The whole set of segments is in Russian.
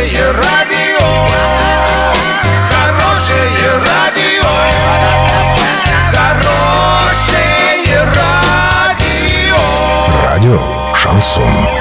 Хорошее радио, хорошее радио, хорошее радио. Радио «Шансон».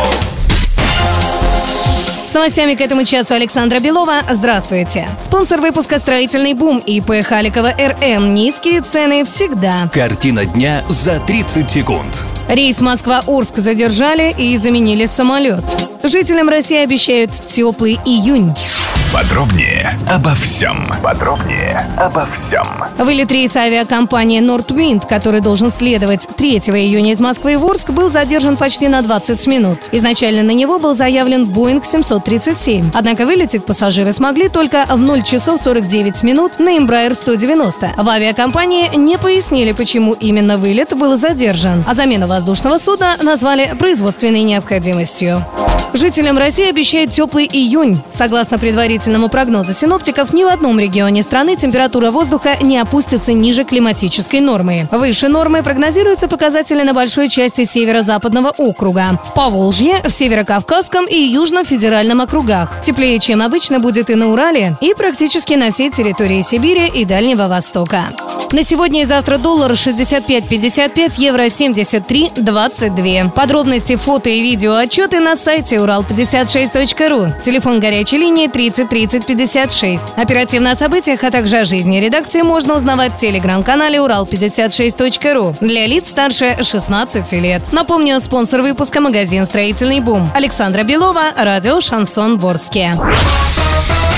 С новостями к этому часу Александра Белова. Здравствуйте. Спонсор выпуска «Строительный бум» ИП Халикова РМ. Низкие цены всегда. Картина дня за 30 секунд. Рейс Москва-Орск задержали и заменили самолет. Жителям России обещают теплый июнь. Подробнее обо всем. Вылет рейса авиакомпании Nordwind, который должен следовать 3 июня из Москвы в Орск, был задержан почти на 20 минут. Изначально на него был заявлен Boeing 737. Однако вылететь пассажиры смогли только в 0 часов 49 минут на Embraer 190. В авиакомпании не пояснили, почему именно вылет был задержан, а замену воздушного судна назвали производственной необходимостью. Жителям России обещают теплый июнь. Согласно предварительному прогнозу синоптиков, ни в одном регионе страны температура воздуха не опустится ниже климатической нормы. Выше нормы прогнозируются показатели на большой части северо-западного округа, в Поволжье, в Северо-Кавказском и Южном федеральном округах. Теплее, чем обычно, будет и на Урале, и практически на всей территории Сибири и Дальнего Востока. На сегодня и завтра доллар 65.55, евро 73.22. Подробности, фото и видео отчеты на сайте урал56.ру. Телефон горячей линии 30 30 56. Оперативно о событиях, а также о жизни редакции можно узнавать в телеграм-канале урал56.ру для лиц старше 16 лет. Напомню, спонсор выпуска — магазин «Строительный бум». Александра Белова, радио «Шансон» в Орске.